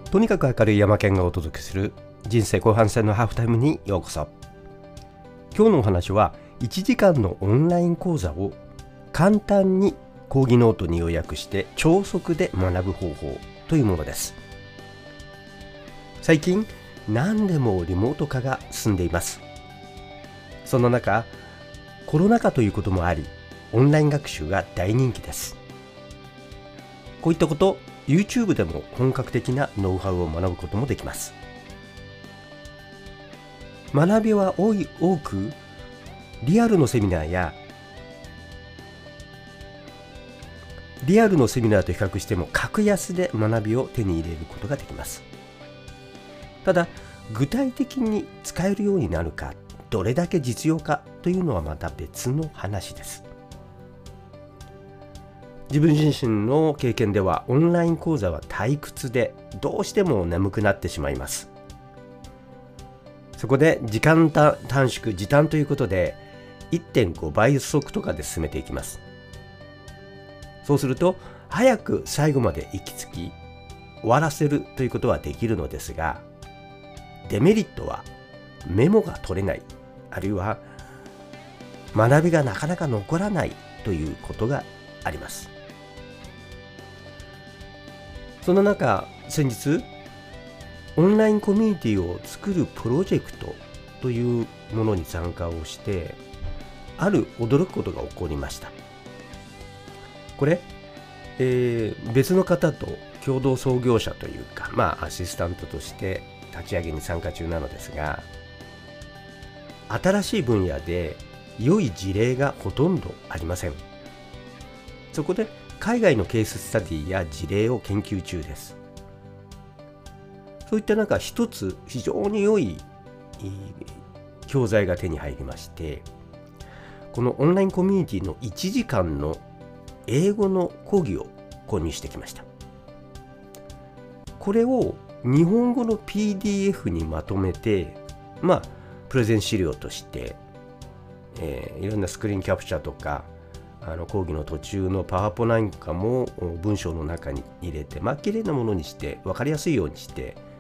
とにかく明るい山県がお届けする人生後半戦のハーフタイムにようこそ。今日のお話は1時間のオンライン講座を簡単に講義ノートに要約して超速で学ぶ方法というものです。最近何でもリモート化が進んでいます。その中、コロナ禍ということもあり、オンライン学習が大人気です。こういったこと、YouTube でも本格的なノウハウを学ぶこともできます。学びは多くリアルのセミナーと比較しても格安で学びを手に入れることができます。ただ、具体的に使えるようになるか、どれだけ実用かというのはまた別の話です。自分自身の経験ではオンライン講座は退屈でどうしても眠くなってしまいます。そこで時間短縮、時短ということで 1.5 倍速とかで進めていきます。そうすると早く最後まで行き着き終わらせるということはできるのですが、デメリットはメモが取れない、あるいは学びがなかなか残らないということがあります。その中、先日オンラインコミュニティを作るプロジェクトというものに参加をして、ある驚くことが起こりました。これ、別の方と共同創業者というか、アシスタントとして立ち上げに参加中なのですが、新しい分野で良い事例がほとんどありません。そこで海外のケーススタディや事例を研究中です。そういった中、一つ非常に良い教材が手に入りまして、このオンラインコミュニティの1時間の英語の講義を購入してきました。これを日本語の PDF にまとめて、プレゼン資料として、いろんなスクリーンキャプチャーとか、講義の途中のパワポなんかも文章の中に入れて、綺麗なものにして分かりやすいようにして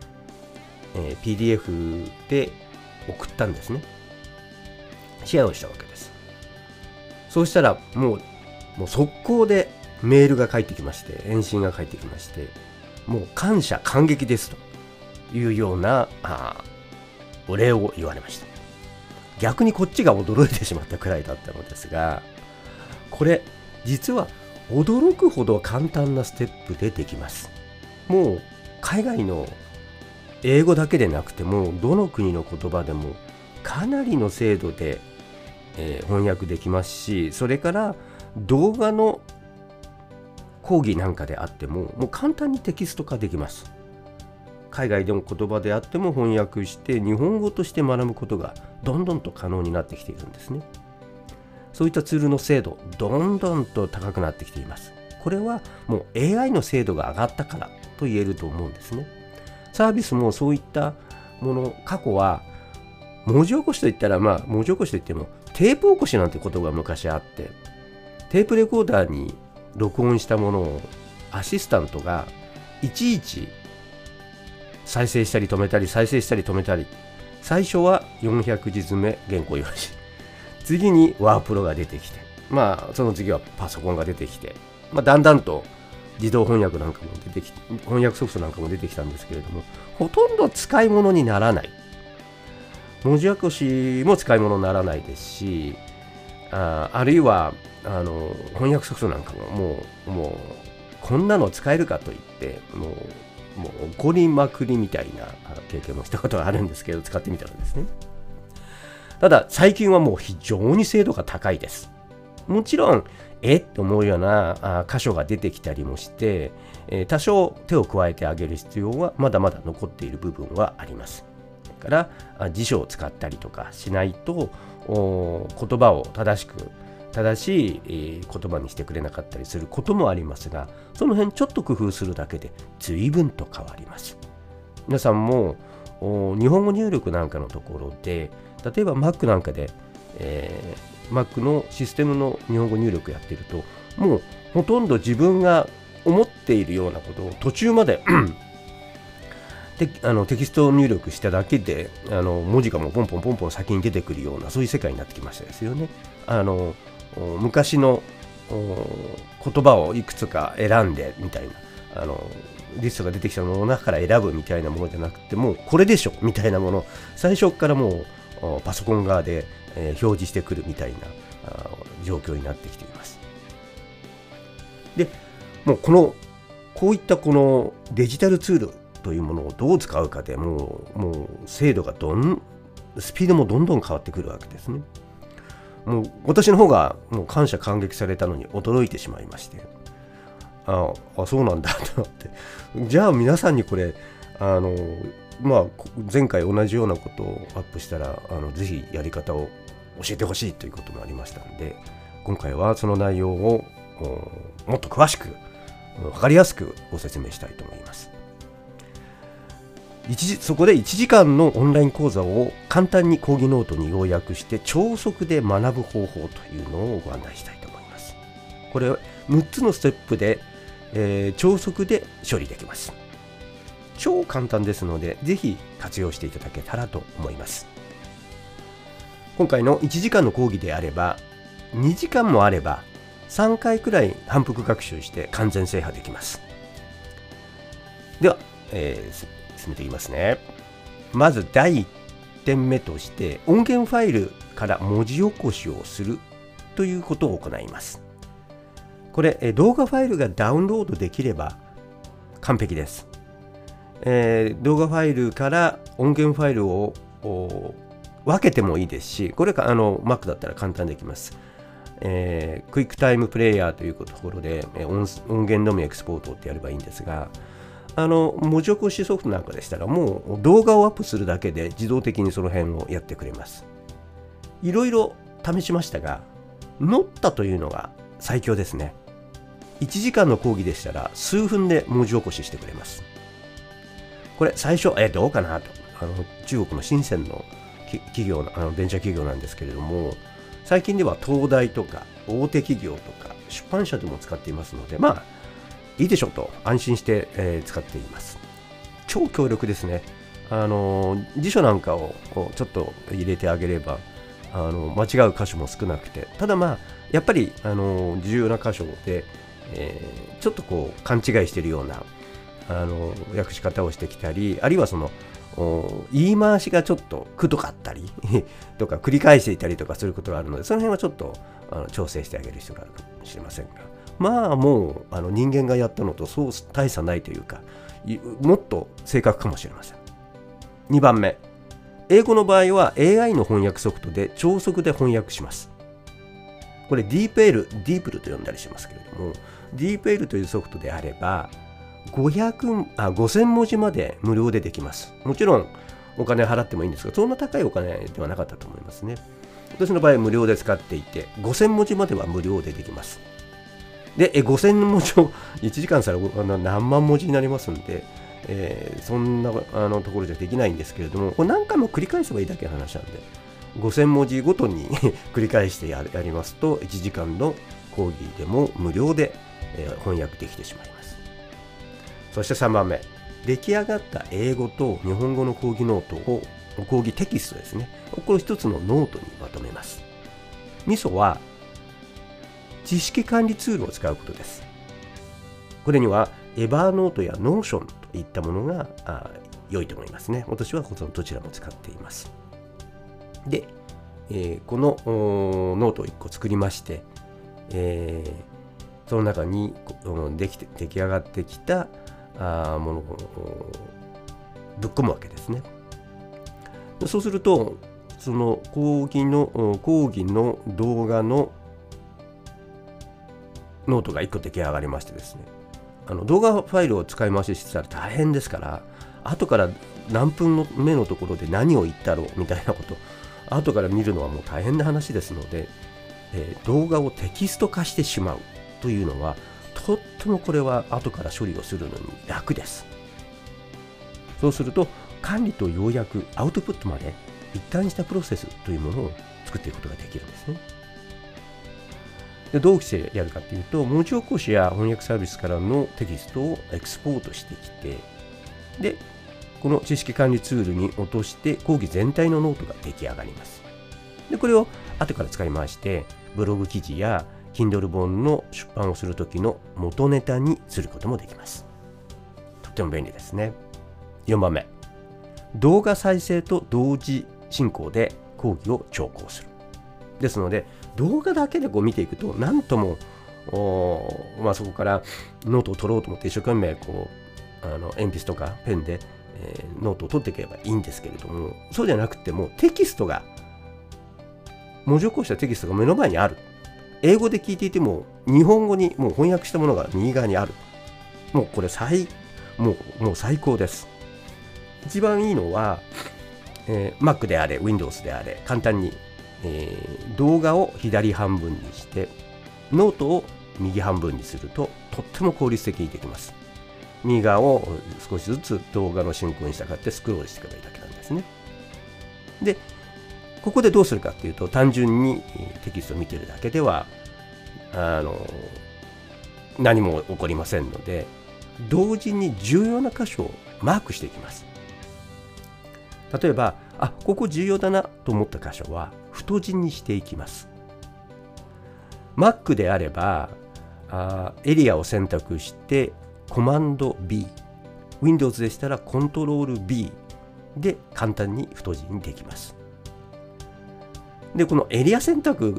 、PDF で送ったんですね。シェアをしたわけです。そうしたらもう速攻でメールが返ってきまして、返信が返ってきまして、もう感謝感激ですというようなお礼を言われました。逆にこっちが驚いてしまったくらいだったのですが、これ実は驚くほど簡単なステップでできます。もう海外の英語だけでなくても、どの国の言葉でもかなりの精度で、翻訳できますし、それから動画の講義なんかであっても、もう簡単にテキスト化できます。海外でも言葉であっても翻訳して日本語として学ぶことがどんどんと可能になってきているんですね。そういったツールの精度、どんどんと高くなってきています。これはもう AI の精度が上がったからと言えると思うんですね。サービスもそういったもの、過去は文字起こしといったら、文字起こしといってもテープ起こしなんてことが昔あって、テープレコーダーに録音したものをアシスタントがいちいち再生したり止めたり、再生したり止めたり、最初は400字詰め原稿用紙、次にワープロが出てきて、その次はパソコンが出てきて、だんだんと自動翻訳なんかも出てきて、翻訳ソフトなんかも出てきたんですけれども、ほとんど使い物にならない。文字起こしも使い物にならないですし、あるいは翻訳ソフトなんかももうこんなの使えるかと言って、もう怒りまくりみたいな経験もしたことがあるんですけど、使ってみたらですね。ただ最近はもう非常に精度が高いです。もちろんと思うような箇所が出てきたりもして、多少手を加えてあげる必要はまだまだ残っている部分はあります。だから辞書を使ったりとかしないと言葉を正しい言葉にしてくれなかったりすることもありますが、その辺ちょっと工夫するだけで随分と変わります。皆さんも日本語入力なんかのところで、例えば Mac なんかで、Mac のシステムの日本語入力やってると、もうほとんど自分が思っているようなことを途中までテキストを入力しただけで文字がもうポンポンポンポン先に出てくるような、そういう世界になってきましたですよね。昔の言葉をいくつか選んでみたいな、リストが出てきたものの中から選ぶみたいなものじゃなくて、もうこれでしょみたいなもの、最初からもうパソコン側で、表示してくるみたいな状況になってきています。でもうこういったこのデジタルツールというものをどう使うかでもう精度がスピードもどんどん変わってくるわけですね。もう私の方がもう感謝感激されたのに驚いてしまいまして、そうなんだと思って、じゃあ皆さんにこれ前回同じようなことをアップしたらぜひやり方を教えてほしいということもありましたので、今回はその内容をもっと詳しく分かりやすくご説明したいと思います。そこで1時間のオンライン講座を簡単に講義ノートに要約して超速で学ぶ方法というのをご案内したいと思います。これ6つのステップで、超速で処理できます。超簡単ですのでぜひ活用していただけたらと思います。今回の1時間の講義であれば2時間もあれば3回くらい反復学習して完全制覇できます。では、進めていきますね。まず第1点目として音源ファイルから文字起こしをするということを行います。これ動画ファイルがダウンロードできれば完璧です。動画ファイルから音源ファイルを分けてもいいですし、これかMac だったら簡単にできます。クイックタイムプレイヤーというところで音源のみエクスポートってやればいいんですが、文字起こしソフトなんかでしたらもう動画をアップするだけで自動的にその辺をやってくれます。いろいろ試しましたが、ノッタというのが最強ですね。1時間の講義でしたら数分で文字起こししてくれます。これ最初どうかなと、中国の深センの企業ベンチャー企業なんですけれども、最近では東大とか大手企業とか出版社でも使っていますので、いいでしょうと安心して、使っています。超強力ですね。辞書なんかをちょっと入れてあげれば間違う箇所も少なくて、ただやっぱり重要な箇所で、ちょっと勘違いしているような訳し方をしてきたり、あるいはその言い回しがちょっとくどかったりとか繰り返していたりとかすることがあるので、その辺はちょっと調整してあげる必要があるかもしれませんが、もう人間がやったのとそう大差ないというか、もっと正確かもしれません。2番目、英語の場合は AI の翻訳ソフトで超速で翻訳します。これディープルと呼んだりしますけれども、ディープエルというソフトであれば5000文字まで無料でできます。もちろんお金払ってもいいんですが、そんな高いお金ではなかったと思いますね。私の場合無料で使っていて、5000文字までは無料でできます。で、5000文字を1時間したら何万文字になりますんで、そんなところじゃできないんですけれども、これ何回も繰り返せばいいだけの話なんで、5000文字ごとに繰り返してやりますと、1時間の講義でも無料で翻訳できてしまいます。そして3番目、出来上がった英語と日本語の講義ノートを、講義テキストですね、これを一つのノートにまとめます。ミソは知識管理ツールを使うことです。これにはエバーノートやノーションといったものが良いと思いますね。私はどちらも使っています。で、このノートを1個作りまして、その中に出来上がってきたものをぶっ込むわけですね。そうすると、その講義の動画のノートが1個出来上がりましてですね、動画ファイルを使い回ししてたら大変ですから、後から何分目のところで何を言ったろうみたいなこと、後から見るのはもう大変な話ですので、動画をテキスト化してしまうというのは、とってもこれは後から処理をするのに楽です。そうすると管理と要約、アウトプットまで一貫したプロセスというものを作っていくことができるんですね。で、どうしてやるかというと、文字起こしや翻訳サービスからのテキストをエクスポートしてきて、で、 この知識管理ツールに落として講義全体のノートが出来上がります。でこれを後から使い回してブログ記事や Kindle 本の出版をする時の元ネタにすることもできます。とっても便利ですね。4番目、動画再生と同時進行で講義を聴講する。ですので動画だけで見ていくと何ともそこからノートを取ろうと思って一生懸命鉛筆とかペンで、ノートを取っていけばいいんですけれども、そうじゃなくてもテキストが文字起こしたテキストが目の前にある。英語で聞いていても日本語にもう翻訳したものが右側にある。もうこれもう最高です。一番いいのは、Mac であれ Windows であれ簡単に、動画を左半分にしてノートを右半分にするととっても効率的にできます。右側を少しずつ動画の進行に従ってスクロールしていけばいいだけなんですね。でここでどうするかっていうと、単純にテキストを見てるだけでは何も起こりませんので、同時に重要な箇所をマークしていきます。例えばここ重要だなと思った箇所は太字にしていきます。 Mac であればエリアを選択してコマンド B、 Windows でしたらコントロール B で簡単に太字にできます。でこのエリア選択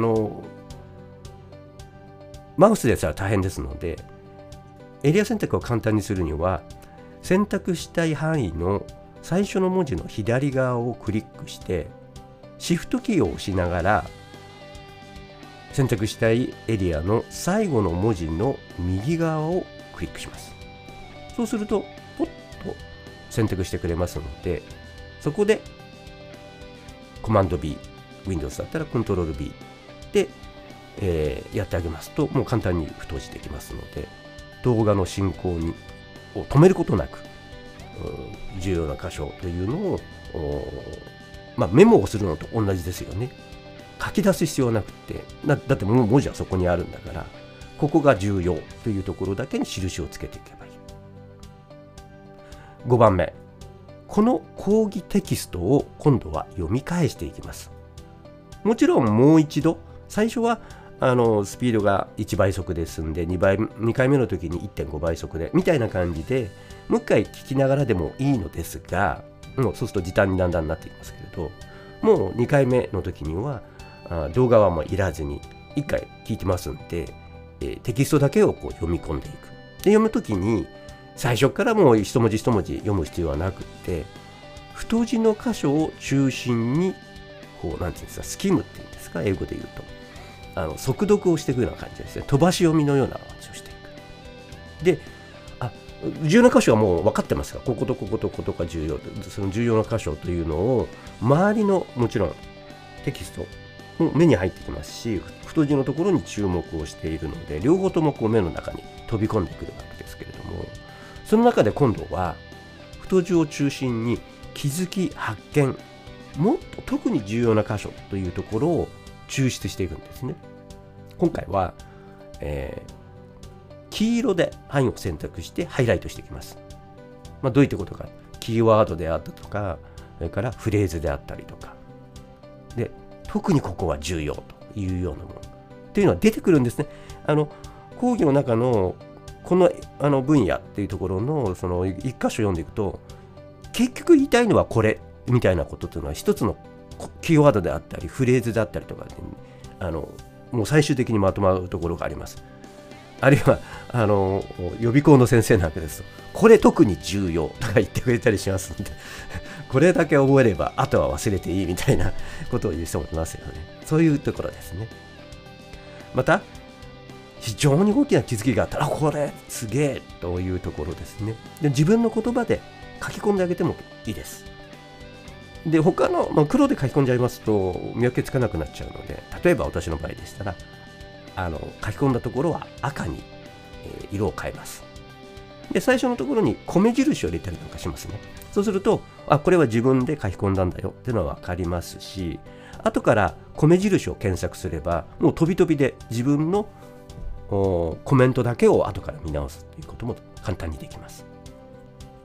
マウスでしたら大変ですので、エリア選択を簡単にするには選択したい範囲の最初の文字の左側をクリックしてシフトキーを押しながら選択したいエリアの最後の文字の右側をクリックします。そうするとポッと選択してくれますので、そこでコマンド B、 Windows だったらコントロール B で、やってあげますともう簡単に太字できますので、動画の進行を止めることなく重要な箇所というのをメモをするのと同じですよね。書き出す必要はなくてだってもう文字はそこにあるんだから、ここが重要というところだけに印をつけていけばいい。5番目、この講義テキストを今度は読み返していきます。もちろんもう一度、最初はスピードが1倍速で済んで2回目の時に 1.5 倍速でみたいな感じでもう一回聞きながらでもいいのですが、もうそうすると時短にだんだんなっていきますけれど、もう2回目の時には動画はもういらずに1回聞いてますんで、テキストだけを読み込んでいく。で読む時に最初からもう一文字一文字読む必要はなくって太字の箇所を中心になんていうんですか、スキムっていうんですか、英語で言うと速読をしていくような感じですね。飛ばし読みのような感じをしていく。で重要な箇所はもう分かってますが、こことこことこことが重要、その重要な箇所というのを周りのもちろんテキストも目に入ってきますし、太字のところに注目をしているので両方とも目の中に飛び込んでくるわけですけれども、その中で今度は太字を中心に気づき発見、もっと特に重要な箇所というところを抽出していくんですね。今回は、黄色で範囲を選択してハイライトしていきます。どういったことか、キーワードであったとか、それからフレーズであったりとかで、特にここは重要というようなものっていうのは出てくるんですね。講義の中のこの分野っていうところのその一箇所読んでいくと、結局言いたいのはこれみたいなことというのは一つのキーワードであったりフレーズであったりとかで、もう最終的にまとまるところがあります。あるいは予備校の先生なんかですと、これ特に重要とか言ってくれたりしますのでこれだけ覚えればあとは忘れていいみたいなことを言う人もいますよね。そういうところですね。また非常に大きな気づきがあったら、これすげえというところですね。で自分の言葉で書き込んであげてもいいです。で他の、黒で書き込んじゃいますと見分けつかなくなっちゃうので、例えば私の場合でしたら書き込んだところは赤に、色を変えます。で最初のところに米印を入れたりとかしますね。そうするとこれは自分で書き込んだんだよっていうのは分かりますし、後から米印を検索すればもう飛び飛びで自分のコメントだけを後から見直すということも簡単にできます。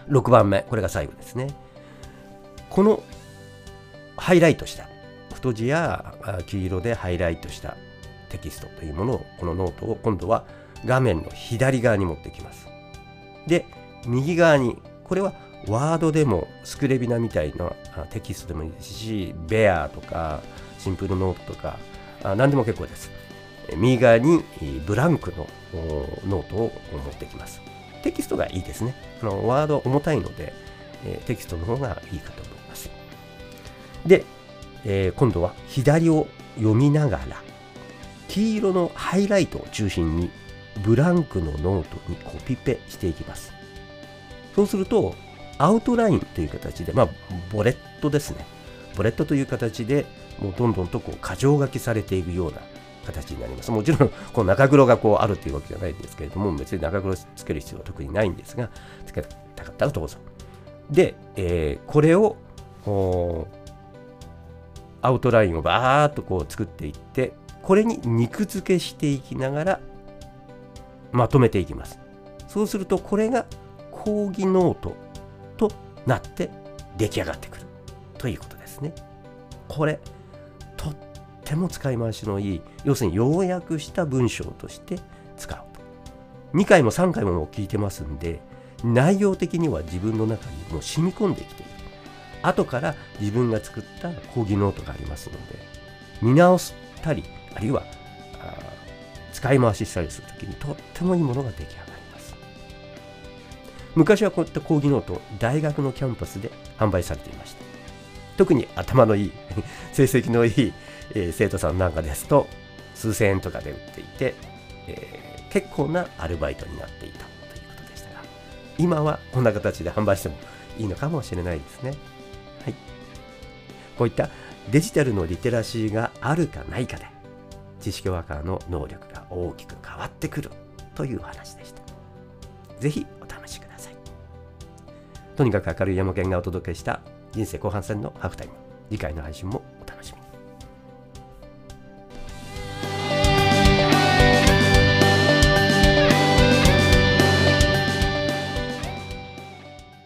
6番目、これが最後ですね。このハイライトした太字や黄色でハイライトしたテキストというものを、このノートを今度は画面の左側に持ってきます。で、右側に、これはワードでもスクレビナみたいなテキストでもいいですし、ベアとかシンプルノートとか何でも結構です。右側にブランクのノートを持ってきます。テキストがいいですね。ワード重たいので、テキストの方がいいかと思います。で、今度は左を読みながら、黄色のハイライトを中心にブランクのノートにコピペしていきます。そうすると、アウトラインという形で、ボレットですね。ボレットという形でもうどんどんとこう箇条書きされていくような形になります。もちろんこう中黒がこうあるというわけじゃないんですけれども、別に中黒つける必要は特にないんですが、つけたかったらどうぞ。で、これをアウトラインをバーッとこう作っていって、これに肉付けしていきながらまとめていきます。そうするとこれが講義ノートとなって出来上がってくるということですね。これとっても使い回しのいい、要するに要約した文章として使うと。2回も3回も聞いてますんで、内容的には自分の中にもう染み込んできている。後から自分が作った講義ノートがありますので、見直したり、あるいは使い回ししたりするときにとってもいいものが出来上がります。昔はこういった講義ノート、大学のキャンパスで販売されていました。特に頭のいい成績のいい、生徒さんなんかですと数千円とかで売っていて、結構なアルバイトになっていたということでしたが、今はこんな形で販売してもいいのかもしれないですね。はい、こういったデジタルのリテラシーがあるかないかで知識ワーカーの能力が大きく変わってくるという話でした。ぜひお試しください。とにかく明るい山県がお届けした人生後半戦のハーフタイム。次回の配信も